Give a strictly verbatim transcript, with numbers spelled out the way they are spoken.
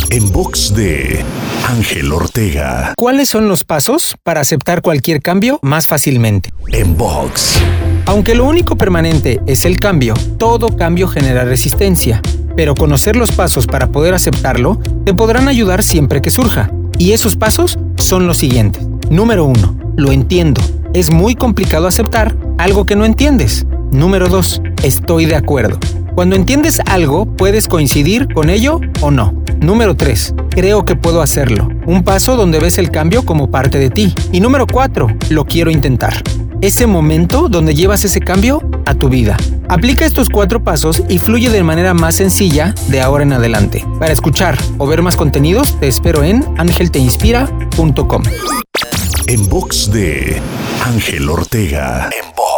En box de Ángel Ortega. ¿Cuáles son los pasos para aceptar cualquier cambio más fácilmente? En box. Aunque lo único permanente es el cambio, todo cambio genera resistencia. Pero conocer los pasos para poder aceptarlo te podrán ayudar siempre que surja. Y esos pasos son los siguientes. Número uno. Lo entiendo. Es muy complicado aceptar algo que no entiendes. Número dos. Estoy de acuerdo. Cuando entiendes algo, puedes coincidir con ello o no. Número tres. Creo que puedo hacerlo. Un paso donde ves el cambio como parte de ti. Y número cuatro. Lo quiero intentar. Ese momento donde llevas ese cambio a tu vida. Aplica estos cuatro pasos y fluye de manera más sencilla de ahora en adelante. Para escuchar o ver más contenidos, te espero en ángel te inspira punto com. En box de Ángel Ortega. En box.